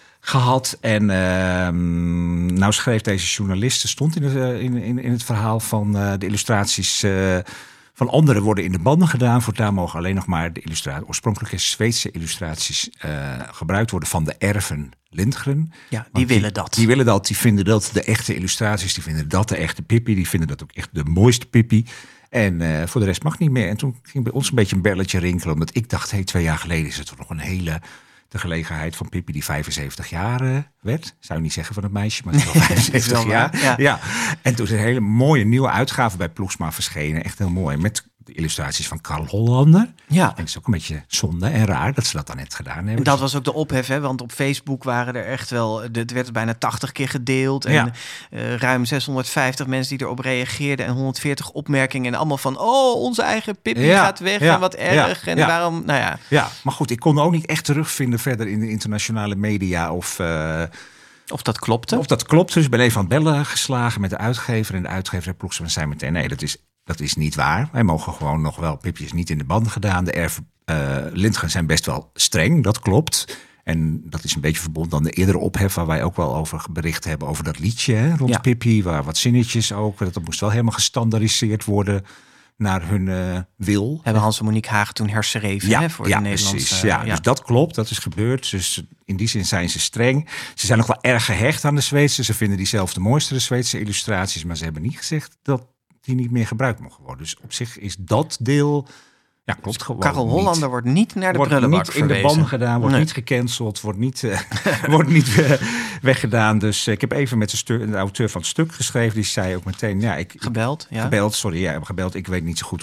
gehad. En uh, nou schreef deze journaliste, stond in het, uh, in, in, in het verhaal van uh, de illustraties... Uh, van anderen worden in de banden gedaan. Voortaan mogen alleen nog maar de illustraties, oorspronkelijke Zweedse illustraties uh, gebruikt worden van de erven Lindgren. Ja, die Want willen dat. Die willen dat. Die vinden dat de echte illustraties. Die vinden dat de echte Pippi. Die vinden dat ook echt de mooiste Pippi. En uh, voor de rest mag niet meer. En toen ging bij ons een beetje een belletje rinkelen. Omdat ik dacht, hey, twee jaar geleden is het toch nog een hele... de gelegenheid van Pippi die vijfenzeventig jaar uh, werd. Zou je niet zeggen van het meisje, maar het is wel vijfenzeventig jaar. Ja. ja. En toen is een hele mooie nieuwe uitgave bij Ploegsma verschenen. Echt heel mooi. Met de illustraties van Karl Hollander. Ja. En het is ook een beetje zonde en raar dat ze dat dan net gedaan hebben. En dat was ook de ophef, hè? Want op Facebook waren er echt wel... Het werd bijna tachtig keer gedeeld. En ja. uh, ruim zeshonderdvijftig mensen die erop reageerden. En honderdveertig opmerkingen. En allemaal van... Oh, onze eigen Pippi ja. gaat weg. Ja. En wat erg. Ja. En ja. waarom... Nou ja. Ja, maar goed. Ik kon ook niet echt terugvinden verder in de internationale media. Of... Uh, Of dat klopte? Of dat klopt. Dus ik ben even aan het bellen geslagen met de uitgever. En de uitgever en Ploegsma zei meteen... Nee, dat is... Dat is niet waar. Wij mogen gewoon nog wel... Pippi is niet in de band gedaan. De erven uh, Lindgren zijn best wel streng. Dat klopt. En dat is een beetje verbonden aan de eerdere ophef... waar wij ook wel over bericht hebben. Over dat liedje hè, rond ja. Pippi. Waar wat zinnetjes ook. Dat moest wel helemaal gestandaardiseerd worden... naar hun uh, wil. Hebben Hans en Monique Hagen toen herschreven ja, hè, voor ja, de Nederlandse... Precies, ja, ja, dus dat klopt. Dat is gebeurd. Dus in die zin zijn ze streng. Ze zijn nog wel erg gehecht aan de Zweedse. Ze vinden die zelf de mooiste de Zweedse illustraties. Maar ze hebben niet gezegd dat... die niet meer gebruikt mogen worden. Dus op zich is dat deel... Ja, klopt gewoon Karel Hollander niet. wordt niet naar de wordt prullenbak niet in de ban gedaan, wordt nee. niet gecanceld, wordt niet, uh, wordt niet uh, weggedaan. Dus uh, ik heb even met de, stu- de auteur van het stuk geschreven. Die zei ook meteen... Ja, ik, gebeld, ja. Gebeld, sorry, ja, gebeld. Ik weet niet zo goed hoe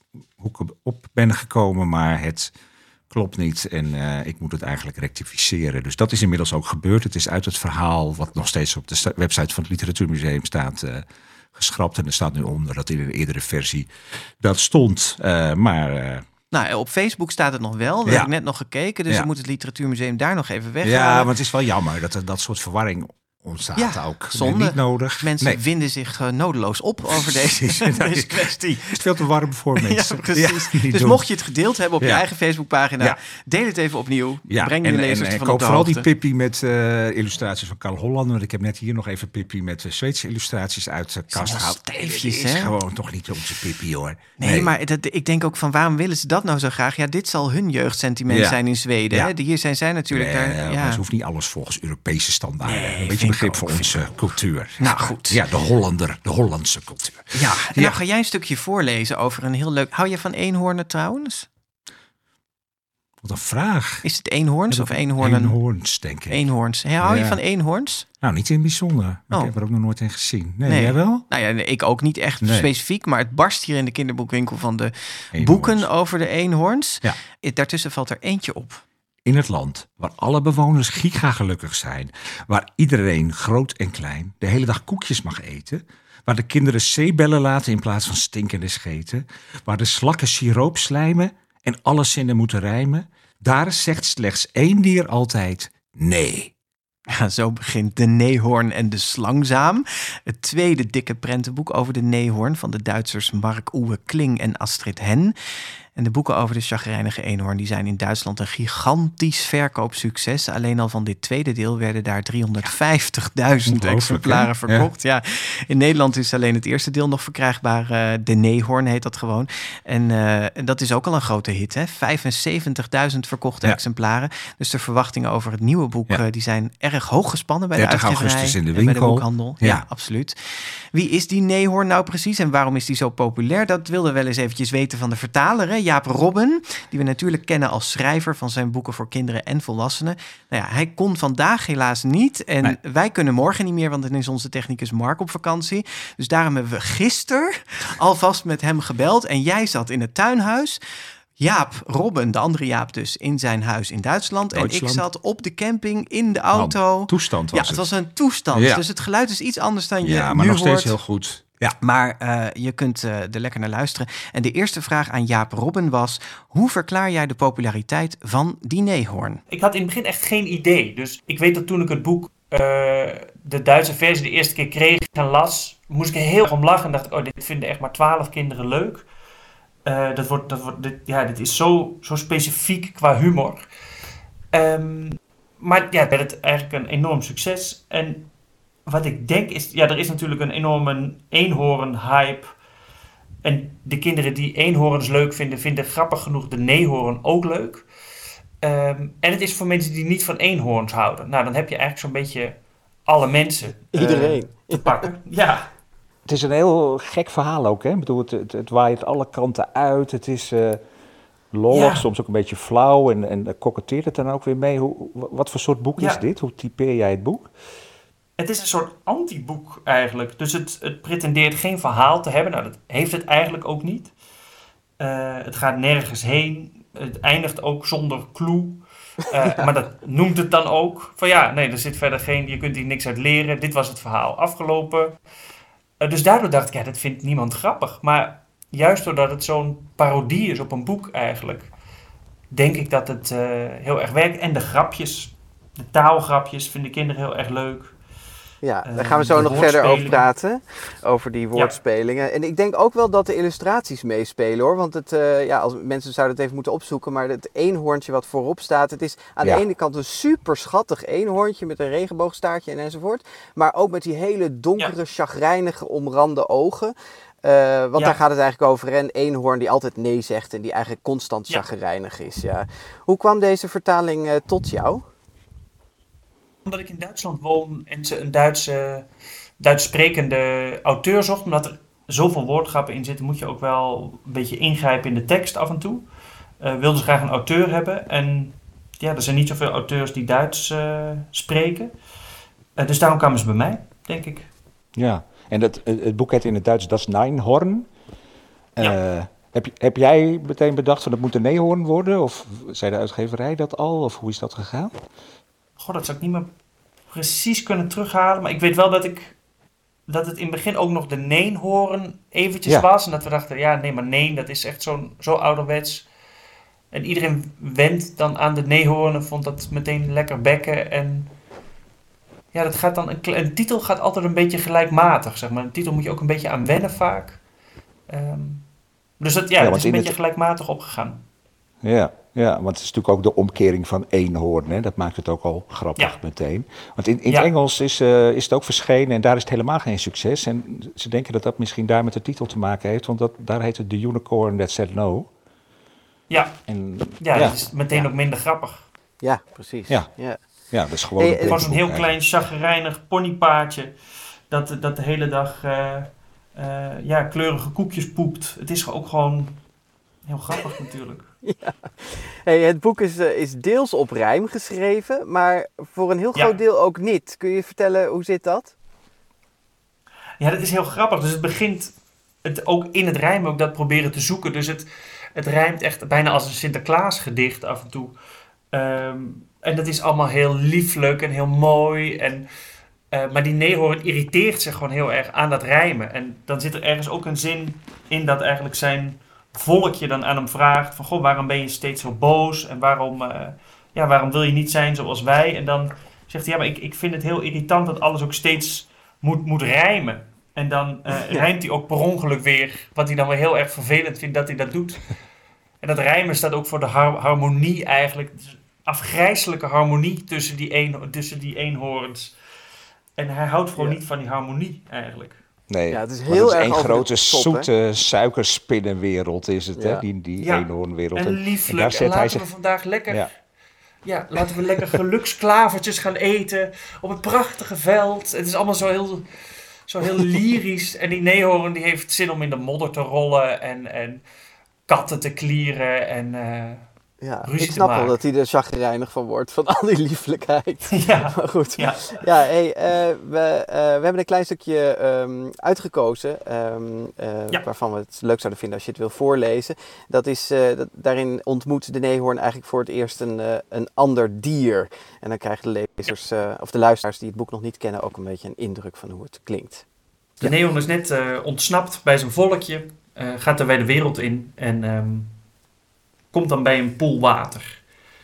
hoe ik op ben gekomen, maar het klopt niet. En uh, ik moet het eigenlijk rectificeren. Dus dat is inmiddels ook gebeurd. Het is uit het verhaal, wat nog steeds op de sta- website van het Literatuurmuseum staat, uh, geschrapt. En er staat nu onder dat in een eerdere versie dat stond. Uh, maar... Uh, Nou, op Facebook staat het nog wel. Dat ja. heb ik net nog gekeken. Dus ja. je moet het Literatuurmuseum daar nog even weghalen. Ja, maar het is wel jammer dat er dat soort verwarring ontstaat ja, ook. Zonde. Nee, niet nodig. Mensen nee. winden zich uh, nodeloos op over deze, deze kwestie. Het is veel te warm voor mensen. Ja, precies. Ja, dus doen. mocht je het gedeeld hebben op ja. je eigen Facebookpagina, ja. deel het even opnieuw. Ja. Breng je en, lezers en, en ervan koop op de vooral hoogte. die Pippi met uh, illustraties van Karl Holland. Want ik heb net hier nog even Pippi met uh, Zweedse illustraties uit de kast gehaald. Stijfjes, is hè? gewoon toch niet onze Pippi, hoor. Nee, nee. maar dat, ik denk ook van waarom willen ze dat nou zo graag? Ja, dit zal hun jeugdsentiment ja. zijn in Zweden. Ja. Hè? Hier zijn zij natuurlijk nee, daar. Ja. Ja. Maar ze hoeft niet alles volgens Europese standaarden. Nee, een beetje begrip voor onze cultuur. Nou goed. Ja, de Hollander, de Hollandse cultuur. Ja, en ja. dan ga jij een stukje voorlezen over een heel leuk... Hou je van eenhoornen trouwens? Wat een vraag. Is het eenhoorns of eenhoornen? Eenhoorns, denk ik. Eenhoorns. Ja, hou je ja. van eenhoorns? Nou, niet in het bijzonder. Oh. Ik heb er ook nog nooit in gezien. Nee, nee. jij wel? Nou ja, ik ook niet echt nee. specifiek, maar het barst hier in de kinderboekwinkel van de eenhoorns. boeken over de eenhoorns. Ja. Daartussen valt er eentje op. In het land waar alle bewoners gigagelukkig zijn, waar iedereen, groot en klein, de hele dag koekjes mag eten, waar de kinderen zeebellen laten in plaats van stinkende scheten, waar de slakken siroop slijmen en alle zinnen moeten rijmen, daar zegt slechts één dier altijd nee. Ja, zo begint De Neehoorn en de Slangzaam. Het tweede dikke prentenboek over de neehoorn van de Duitsers Mark-Uwe Kling en Astrid Hen. En de boeken over de chagrijnige eenhoorn die zijn in Duitsland een gigantisch verkoopsucces. Alleen al van dit tweede deel werden daar driehonderdvijftigduizend exemplaren verkocht. Ja. ja, in Nederland is alleen het eerste deel nog verkrijgbaar. Uh, de Neehoorn heet dat gewoon. En uh, dat is ook al een grote hit. Hè? vijfenzeventigduizend verkochte ja. exemplaren. Dus de verwachtingen over het nieuwe boek ja. uh, die zijn erg hoog gespannen bij de uitgeverij augustus in de en bij de boekhandel. Ja. ja, absoluut. Wie is die neehoorn nou precies en waarom is die zo populair? Dat wilden we wel eens eventjes weten van de vertaler, hè? Jaap Robben, die we natuurlijk kennen als schrijver van zijn boeken voor kinderen en volwassenen. Nou ja, hij kon vandaag helaas niet en nee. wij kunnen morgen niet meer, want dan is onze technicus Mark op vakantie. Dus daarom hebben we gisteren alvast met hem gebeld en jij zat in het tuinhuis. Jaap Robben, de andere Jaap dus, in zijn huis in Duitsland. Duitsland. En ik zat op de camping in de auto. Man, toestand was ja, het. het was een toestand. Ja. Dus het geluid is iets anders dan je ja, nu maar nog hoort. steeds heel goed. Ja. Maar uh, je kunt uh, er lekker naar luisteren. En de eerste vraag aan Jaap Robben was: hoe verklaar jij de populariteit van die neehoorn? Ik had in het begin echt geen idee. Dus ik weet dat toen ik het boek, uh, de Duitse versie, de eerste keer kreeg en las, moest ik er heel erg om lachen. En dacht ik, oh, dit vinden echt maar twaalf kinderen leuk. Uh, dat wordt, dat wordt, dit, ja, dit is zo, zo specifiek qua humor. Um, maar ja, werd het eigenlijk een enorm succes. En wat ik denk is, ja, er is natuurlijk een enorme eenhoorn-hype. En de kinderen die eenhoorns leuk vinden, vinden grappig genoeg de neehoorn ook leuk. Um, en het is voor mensen die niet van eenhoorns houden. Nou, dan heb je eigenlijk zo'n beetje alle mensen uh, Iedereen. te pakken. Ja. Het is een heel gek verhaal ook, hè? Ik bedoel, het, het, het waait alle kanten uit. Het is uh, lollig, ja. soms ook een beetje flauw en, en koketteert het dan ook weer mee. Hoe, wat voor soort boek ja. is dit? Hoe typeer jij het boek? Het is een soort anti-boek eigenlijk. Dus het, het pretendeert geen verhaal te hebben. Nou, dat heeft het eigenlijk ook niet. Uh, het gaat nergens heen. Het eindigt ook zonder clue. Uh, maar dat noemt het dan ook. Van ja, nee, er zit verder geen... Je kunt hier niks uit leren. Dit was het verhaal afgelopen. Uh, dus daardoor dacht ik, ja, dat vindt niemand grappig. Maar juist doordat het zo'n parodie is op een boek eigenlijk, denk ik dat het uh, heel erg werkt. En de grapjes, de taalgrapjes vinden kinderen heel erg leuk. Ja, daar gaan we zo uh, nog verder over praten, over die woordspelingen. Ja. En ik denk ook wel dat de illustraties meespelen, hoor. Want het, uh, ja, als mensen zouden het even moeten opzoeken, maar het eenhoorntje wat voorop staat, het is aan ja. de ene kant een super schattig eenhoorntje met een regenboogstaartje en enzovoort. Maar ook met die hele donkere, ja. chagrijnige, omrande ogen. Uh, want ja. daar gaat het eigenlijk over. Een eenhoorn die altijd nee zegt en die eigenlijk constant ja. chagrijnig is. Ja. Hoe kwam deze vertaling uh, tot jou? Omdat ik in Duitsland woon en ze een Duitse, Duits sprekende auteur zocht. Omdat er zoveel woordgrappen in zitten, moet je ook wel een beetje ingrijpen in de tekst af en toe. Uh, wilden ze graag een auteur hebben. En ja, er zijn niet zoveel auteurs die Duits uh, spreken. Uh, dus daarom kwamen ze bij mij, denk ik. Ja, en dat, het boek heet in het Duits Das Neinhorn. Uh, ja. Heb, heb jij meteen bedacht van het moet een neehoorn worden? Of zei de uitgeverij dat al? Of hoe is dat gegaan? Goh, dat zou ik niet meer precies kunnen terughalen. Maar ik weet wel dat ik dat het in het begin ook nog de neenhoorn eventjes Ja. was. En dat we dachten, ja, nee, maar neen, dat is echt zo'n, zo ouderwets. En iedereen went dan aan de neehoorn en vond dat meteen lekker bekken. En ja, dat gaat dan, een, kle- een titel gaat altijd een beetje gelijkmatig, zeg maar. Een titel moet je ook een beetje aan wennen vaak. Ehm, dus dat, ja, Ja, het want is een in beetje het- gelijkmatig opgegaan. Ja, ja, want het is natuurlijk ook de omkering van eenhoorn. Hè? Dat maakt het ook al grappig Ja. meteen. Want in, in Ja. het Engels is, eh, is het ook verschenen en daar is het helemaal geen succes. En ze denken dat dat misschien daar met de titel te maken heeft. Want dat, daar heet het The Unicorn That Said No. Ja, En, ja, ja. dat is meteen ook minder grappig. Ja, precies. Ja. Ja. Ja, dat is gewoon Hey, een eh, Gewoon zo'n heel boek klein chagrijnig ponypaardje dat, dat de hele dag eh, eh, ja, kleurige koekjes poept. Het is ook gewoon heel grappig natuurlijk. Ja. Hey, het boek is, eh, is deels op rijm geschreven, maar voor een heel Ja. groot deel ook niet. Kun je vertellen, hoe zit dat? Ja, dat is heel grappig. Dus het begint het ook in het rijm ook dat proberen te zoeken. Dus het, het rijmt echt bijna als een Sinterklaasgedicht af en toe. Ehm, en dat is allemaal heel lieflijk en heel mooi. En, eh, maar die neehoorn irriteert zich gewoon heel erg aan dat rijmen. En dan zit er ergens ook een zin in dat eigenlijk zijn volkje dan aan hem vraagt van, goh, waarom ben je steeds zo boos? En waarom, eh, ja, waarom wil je niet zijn zoals wij? En dan zegt hij, ja, maar ik, ik vind het heel irritant dat alles ook steeds moet, moet rijmen. En dan eh, rijmt hij ook per ongeluk weer, wat hij dan weer heel erg vervelend vindt dat hij dat doet. En dat rijmen staat ook voor de har- harmonie eigenlijk. Dus afgrijselijke harmonie tussen die, een, tussen die eenhoorns. En hij houdt gewoon Ja. niet van die harmonie eigenlijk. Nee, Ja, het is want heel het is erg één over de grote top, zoete suikerspinnenwereld is het, Ja. hè? Die, die Ja. eenhoornwereld. En daar lieflijk. En, zet hij laten zich... we vandaag lekker... Ja. Ja, laten we lekker geluksklavertjes gaan eten op het prachtige veld. Het is allemaal zo heel, zo heel lyrisch. En die neehoorn die heeft zin om in de modder te rollen en, en katten te klieren en eh, Ja, ruzie ik snap te wel maken. dat hij er chagrijnig van wordt, van al die lieflijkheid. Ja, Maar goed. ja. Ja, hey, eh, we, eh, we hebben een klein stukje ehm, uitgekozen, ehm, eh, Ja. waarvan we het leuk zouden vinden als je het wil voorlezen. Dat is, eh, dat, daarin ontmoet de neehoorn eigenlijk voor het eerst een, eh, een ander dier. En dan krijgen de lezers, eh, of de luisteraars die het boek nog niet kennen, ook een beetje een indruk van hoe het klinkt. De neehoorn is net eh, ontsnapt bij zijn volkje, eh, gaat er bij de wereld in en ehm, komt dan bij een poel water.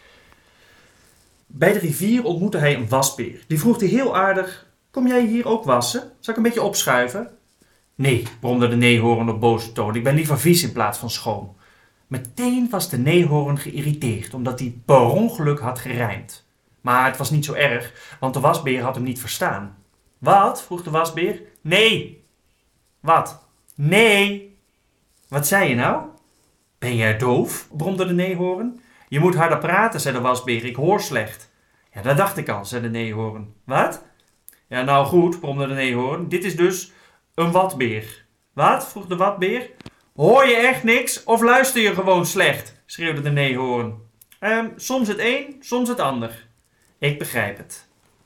Bij de rivier ontmoette hij een wasbeer. Die vroeg hij heel aardig, kom jij hier ook wassen? Zal ik een beetje opschuiven? Nee, bromde de neehoorn op boze toon, ik ben liever vies in plaats van schoon. Meteen was de neehoorn geïrriteerd, omdat hij per ongeluk had gerijmd. Maar het was niet zo erg, want de wasbeer had hem niet verstaan. Wat? Vroeg de wasbeer. Nee. Wat? Nee. Wat zei je nou? Ben jij doof? Bromde de neehoorn. Je moet harder praten, zei de wasbeer, ik hoor slecht. Ja, dat dacht ik al, zei de neehoorn. Wat? Ja, nou goed, bromde de neehoorn, dit is dus een watbeer. Wat? Vroeg de watbeer. Hoor je echt niks of luister je gewoon slecht? Schreeuwde de neehoorn. Ehm, soms het een, soms het ander. Ik begrijp het.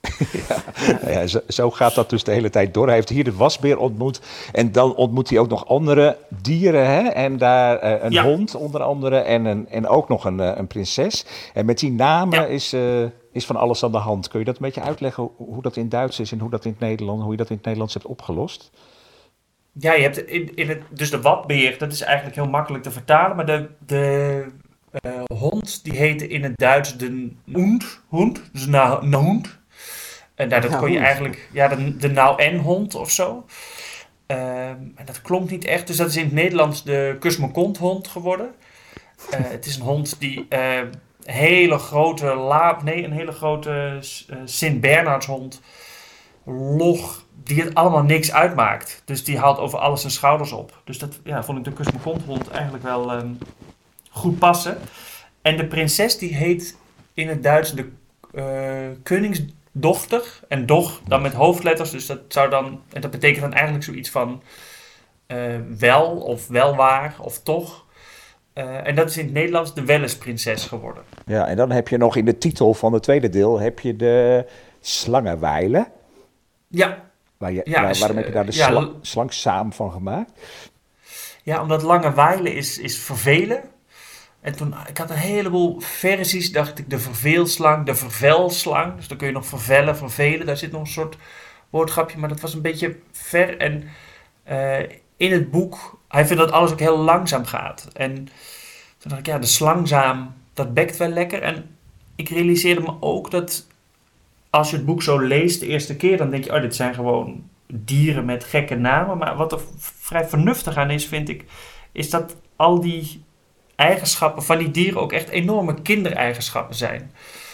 Ja, zo, zo gaat dat dus de hele tijd door. Hij heeft hier de wasbeer ontmoet. En dan ontmoet hij ook nog andere dieren. Hè? En daar eh, een Ja. hond onder andere. En, een, en ook nog een, eh, een prinses. En met die namen Ja. is, eh, is van alles aan de hand. Kun je dat een beetje uitleggen hoe, hoe dat in het Duits is en hoe dat in het Nederlands, hoe je dat in het Nederlands hebt opgelost? Ja, je hebt in, in het, dus de watbeer, dat is eigenlijk heel makkelijk te vertalen. Maar de, de eh, hond, die heette in het Duits de Hund. Hond, dus na, na hond. En daar, dat Ja, kon je hond. eigenlijk, ja, de, de nou-en-hond of zo. Ehm, en dat klonk niet echt, dus dat is in het Nederlands de kus-me-kont-hond geworden. Eh, het is een hond die eh, hele grote laap, nee, een hele grote uh, Sint-Bernardshond, log, die het allemaal niks uitmaakt. Dus die haalt over alles zijn schouders op. Dus dat ja, vond ik de kus-me-kont-hond eigenlijk wel ehm, goed passen. En de prinses die heet in het Duits de uh, koningsdochter. En doch dan met hoofdletters. Dus dat zou dan, en dat betekent dan eigenlijk zoiets van uh, wel of welwaar of toch. Uh, en dat is in het Nederlands de Wellesprinses geworden. Ja, en dan heb je nog in de titel van het tweede deel heb je de slangenwijlen. Ja. Waar je, Ja, waar, is, waarom heb je daar de ja, slang, slangsaam van gemaakt? ja, omdat lange wijlen is, is vervelen. En toen, ik had een heleboel versies, dacht ik, de verveelslang, de vervelslang. Dus dan kun je nog vervellen, vervelen. Daar zit nog een soort woordgrapje, maar dat was een beetje ver. En uh, in het boek, hij vindt dat alles ook heel langzaam gaat. En toen dacht ik, ja, de slangzaam, dat bekt wel lekker. En ik realiseerde me ook dat als je het boek zo leest de eerste keer, dan denk je, oh, dit zijn gewoon dieren met gekke namen. Maar wat er vrij vernuftig aan is, vind ik, is dat al die eigenschappen van die dieren ook echt enorme kindereigenschappen zijn.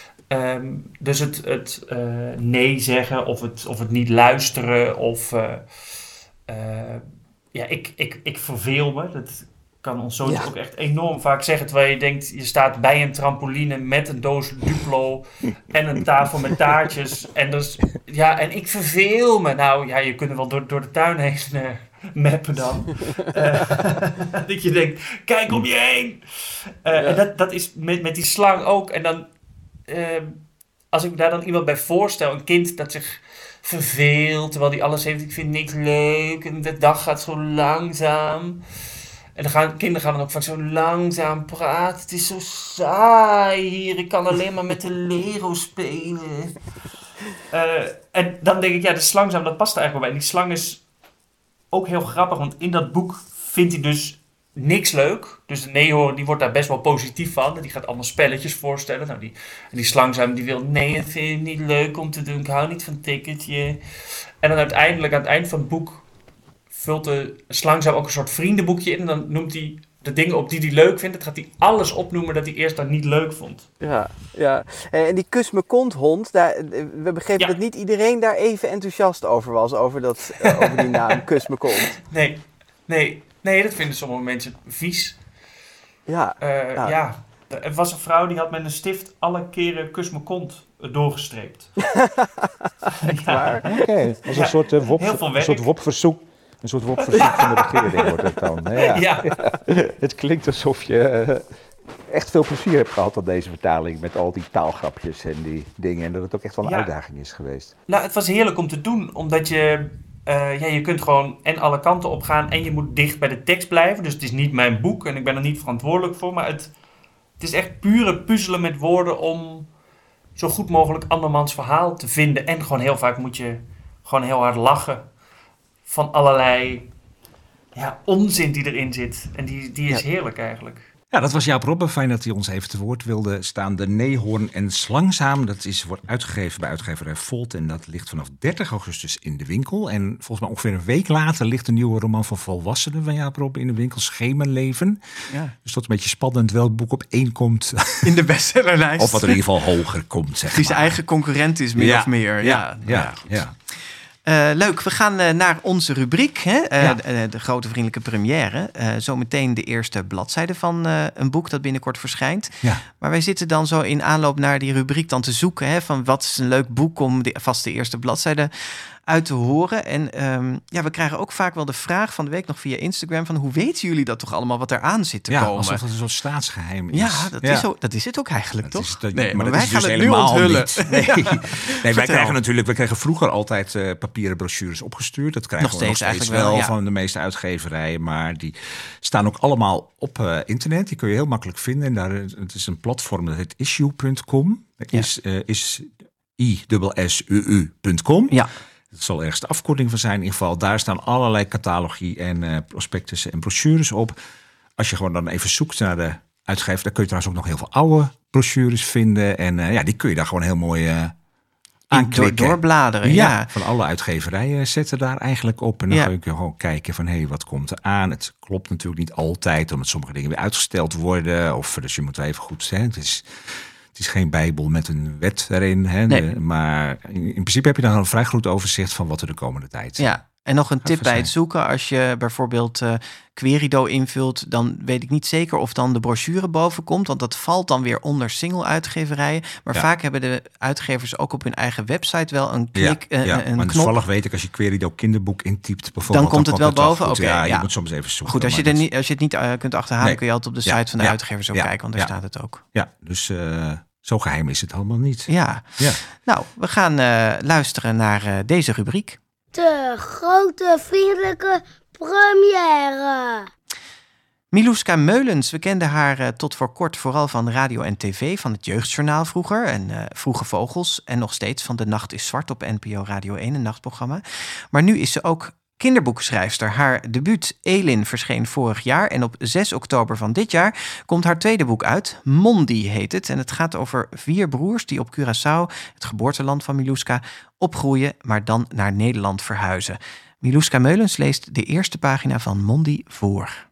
Um, dus het, het uh, nee zeggen of het, of het niet luisteren of uh, uh, ja, ik, ik, ik verveel me. Dat kan ons zo ja. ook echt enorm vaak zeggen, terwijl je denkt, je staat bij een trampoline met een doos Duplo en een tafel met taartjes en dus ja, en ik verveel me. Nou ja, je kunt er wel door, door de tuin heen uh, mappen dan. Uh, dat je denkt, kijk om je heen. Uh, ja. En dat, dat is met, met die slang ook. En dan, uh, als ik daar dan iemand bij voorstel, een kind dat zich verveelt, terwijl die alles heeft, ik vind niks leuk en de dag gaat zo langzaam. En dan gaan kinderen gaan dan ook van zo langzaam praten. Het is zo saai hier, ik kan alleen maar met de Lego spelen. Uh, en dan denk ik, ja, de slangzaam, dat past er eigenlijk wel bij. Die slang is ook heel grappig, want in dat boek vindt hij dus niks leuk. Dus de neehoorn, die wordt daar best wel positief van. Die gaat allemaal spelletjes voorstellen. Nou, die, en die slangzaam, die wil, nee, dat vind ik niet leuk om te doen. Ik hou niet van ticketje. En dan uiteindelijk, aan het eind van het boek, vult de slangzaam ook een soort vriendenboekje in. En dan noemt hij de dingen op die hij leuk vindt. Dan gaat hij alles opnoemen dat hij eerst dan niet leuk vond. Ja, ja. En die kus me kont hond, daar, we begrepen ja. dat niet iedereen daar even enthousiast over was. Over, dat, uh, over die naam, kus me kont. Nee, nee, nee, dat vinden sommige mensen vies. Ja. Uh, ja. ja. Er was een vrouw die had met een stift alle keren kus me kont doorgestreept. Echt waar? Oké, okay. Dat is een soort uh, wop, een soort wopverzoek. Een soort wopverzoek van de regering wordt het dan. Ja. Ja. Ja. Het klinkt alsof je uh, echt veel plezier hebt gehad aan deze vertaling. Met al die taalgrapjes en die dingen. En dat het ook echt wel een ja. uitdaging is geweest. Nou, het was heerlijk om te doen. Omdat je, uh, ja, je kunt gewoon en alle kanten op gaan. En je moet dicht bij de tekst blijven. Dus het is niet mijn boek. En ik ben er niet verantwoordelijk voor. Maar het, het is echt pure puzzelen met woorden om zo goed mogelijk andermans verhaal te vinden. En gewoon heel vaak moet je gewoon heel hard lachen van allerlei ja, onzin die erin zit. En die, die is ja. heerlijk eigenlijk. Ja, dat was Jaap Robbe. Fijn dat hij ons even te woord wilde staan. De Neehoorn en Slangzaam. Dat is, wordt uitgegeven bij uitgeverij Volt. En dat ligt vanaf dertig augustus in de winkel. En volgens mij ongeveer een week later ligt de nieuwe roman van volwassenen van Jaap Robbe in de winkel. Schemerleven. Ja. Dus tot een beetje spannend welk boek op één komt. In de bestsellerlijst. Of wat er in ieder geval hoger komt, zeg Die zijn maar. eigen concurrent is, meer ja. of meer. Ja, ja, ja. ja, ja. Uh, leuk, we gaan uh, naar onze rubriek, hè? Uh, ja. de, de grote vriendelijke première. Uh, zometeen de eerste bladzijde van uh, een boek dat binnenkort verschijnt. Ja. Maar wij zitten dan zo in aanloop naar die rubriek dan te zoeken, hè, van wat is een leuk boek om de, vast de eerste bladzijde uit te horen. En um, ja, we krijgen ook vaak wel de vraag van de week nog via Instagram van hoe weten jullie dat toch allemaal wat eraan zit te ja, komen? Alsof het een soort staatsgeheim is. Ja, dat, ja. Is, ook, dat is het ook eigenlijk, dat toch? Is, dat, nee, maar, maar wij dat gaan is dus het nu onthullen. Niet. Nee, ja. nee wij krijgen natuurlijk, we kregen vroeger altijd uh, papieren brochures opgestuurd. Dat krijgen nog we steeds nog steeds eigenlijk wel wel, ja. van de meeste uitgeverijen. Maar die staan ook allemaal op uh, internet. Die kun je heel makkelijk vinden. En daar, het is een platform dat heet issue punt com. Ja. Is, uh, is i s s u u punt com. Ja. Het zal ergens de afkorting van zijn in ieder geval. Daar staan allerlei catalogie en uh, prospectussen en brochures op. Als je gewoon dan even zoekt naar de uitgever, dan kun je trouwens ook nog heel veel oude brochures vinden. En uh, ja, die kun je daar gewoon heel mooi uh, aanklikken. Door, doorbladeren, ja, ja. Van alle uitgeverijen zetten daar eigenlijk op. En dan ja. kun je gewoon kijken van, hé, hey, wat komt er aan? Het klopt natuurlijk niet altijd, omdat sommige dingen weer uitgesteld worden. Of, dus je moet wel even goed zijn. Het is... Het is geen bijbel met een wet erin. Hè? Nee. De, maar in, in principe heb je dan een vrij goed overzicht van wat er de komende tijd ja. En nog een tip bij zijn. het zoeken. Als je bijvoorbeeld uh, Querido invult, dan weet ik niet zeker of dan de brochure boven komt. Want dat valt dan weer onder single-uitgeverijen. Maar ja. vaak hebben de uitgevers ook op hun eigen website wel een klik, ja, ja. Uh, een maar knop. toevallig weet ik, als je Querido kinderboek intypt bijvoorbeeld, dan komt het dan wel komt boven. Het Oké, okay, ja, ja. je moet soms even zoeken. Goed, als je, dat... niet, als je het niet uh, kunt achterhalen, nee. kun je altijd op de site ja, van de ja, uitgevers ook ja, kijken, want daar ja. staat het ook. Ja, dus uh, zo geheim is het allemaal niet. Ja. ja. Nou, we gaan uh, luisteren naar uh, deze rubriek. De grote vriendelijke première. Miluska Meulens, we kenden haar uh, tot voor kort vooral van radio en tv, van het Jeugdjournaal vroeger en uh, Vroege Vogels en nog steeds van De Nacht is Zwart op N P O Radio één, een nachtprogramma. Maar nu is ze ook kinderboekenschrijfster. Haar debuut Elin verscheen vorig jaar en op zes oktober van dit jaar komt haar tweede boek uit. Mondi heet het en het gaat over vier broers die op Curaçao, het geboorteland van Miluska, opgroeien, maar dan naar Nederland verhuizen. Miluska Meulens leest de eerste pagina van Mondi voor.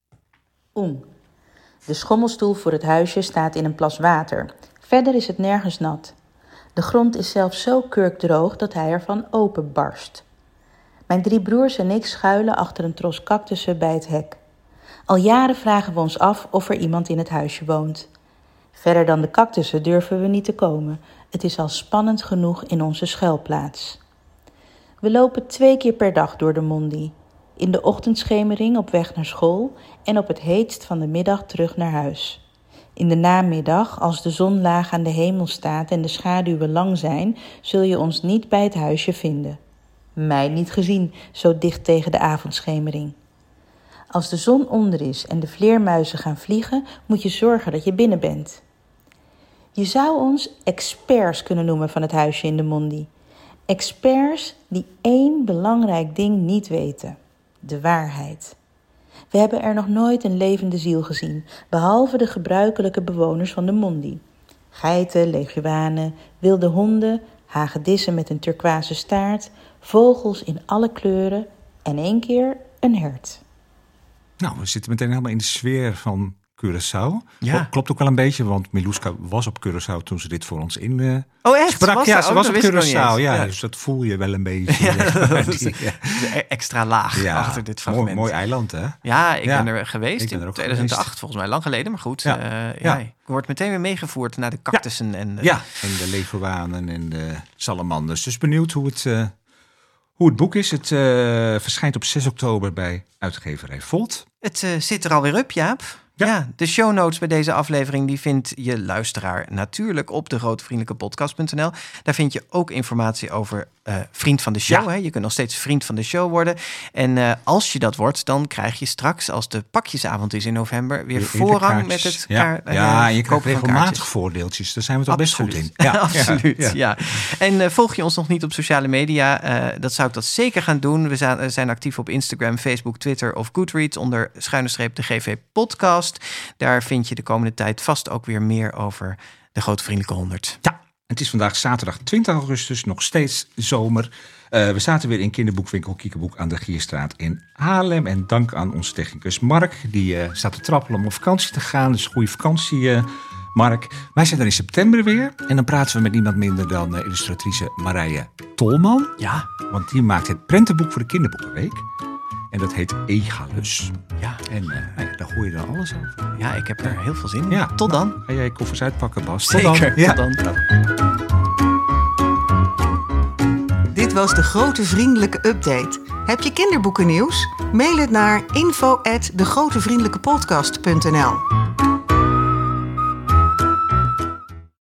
Oem. De schommelstoel voor het huisje staat in een plas water. Verder is het nergens nat. De grond is zelfs zo kurkdroog dat hij ervan openbarst. Mijn drie broers en ik schuilen achter een tros cactussen bij het hek. Al jaren vragen we ons af of er iemand in het huisje woont. Verder dan de cactussen durven we niet te komen. Het is al spannend genoeg in onze schuilplaats. We lopen twee keer per dag door de Mondi. In de ochtendschemering op weg naar school en op het heetst van de middag terug naar huis. In de namiddag, als de zon laag aan de hemel staat en de schaduwen lang zijn, zul je ons niet bij het huisje vinden. Mij niet gezien, zo dicht tegen de avondschemering. Als de zon onder is en de vleermuizen gaan vliegen, moet je zorgen dat je binnen bent. Je zou ons experts kunnen noemen van het huisje in de Mondi. Experts die één belangrijk ding niet weten. De waarheid. We hebben er nog nooit een levende ziel gezien, behalve de gebruikelijke bewoners van de Mondi. Geiten, leguanen, wilde honden, hagedissen met een turquoise staart, vogels in alle kleuren en één keer een hert. Nou, we zitten meteen helemaal in de sfeer van Curaçao. Ja. Klopt ook wel een beetje, want Miluska was op Curaçao toen ze dit voor ons in uh, oh, echt? sprak. Was ja, dat? ze Oh, was dat op wist ik nog Curaçao. niet eens. Ja, Ja. dus dat voel je wel een beetje. Ja, Ja, dat is die, ja. de extra laag Ja, achter dit fragment. Mooi, mooi eiland, hè? Ja, ik Ja. ben er geweest Ik ben er in ook tweeduizend acht, geweest. volgens mij lang geleden. Maar goed, Ja. uh, ja. Ja. ik word meteen weer meegevoerd naar de cactussen. En de... Ja, en de leguanen en de salamanders. Dus benieuwd hoe het, uh, hoe het boek is. Het uh, verschijnt op zes oktober bij uitgeverij Volt. Het uh, zit er alweer op, Jaap. Ja. ja, de show notes bij deze aflevering die vindt je luisteraar natuurlijk op de grotevriendelijkepodcast punt n l. Daar vind je ook informatie over uh, Vriend van de Show. Ja. Hè? Je kunt nog steeds Vriend van de Show worden. En uh, als je dat wordt, dan krijg je straks, als de pakjesavond is in november, weer voorrang met het ja. kaart. Ja, uh, je krijgt regelmatig kaartjes. voordeeltjes. Daar zijn we toch Absoluut. best goed in. Ja, Absoluut, ja. ja. ja. En uh, volg je ons nog niet op sociale media? Uh, dat zou ik dat zeker gaan doen. We zijn, uh, zijn actief op Instagram, Facebook, Twitter of Goodreads onder schuine streep de G V podcast. Daar vind je de komende tijd vast ook weer meer over de Grote Vriendelijke honderd. Ja, het is vandaag zaterdag twintig augustus, nog steeds zomer. Uh, we zaten weer in kinderboekwinkel Kiekeboek aan de Gierstraat in Haarlem. En dank aan onze technicus Mark, die uh, staat te trappelen om op vakantie te gaan. Dus goede vakantie, uh, Mark. Wij zijn er in september weer. En dan praten we met niemand minder dan uh, illustratrice Marije Tolman. Ja. Want die maakt het prentenboek voor de Kinderboekenweek. En dat heet Egalus. Ja. En uh, nou ja, daar hoor je dan alles over. Ja, ik heb er heel veel zin in. Ja. Tot dan. Ga jij koffers uitpakken, Bas? Zeker. Tot dan. Ja. Tot dan. Dit was de Grote Vriendelijke Update. Heb je kinderboekennieuws? Mail het naar info at de grote vriendelijke podcast punt n l.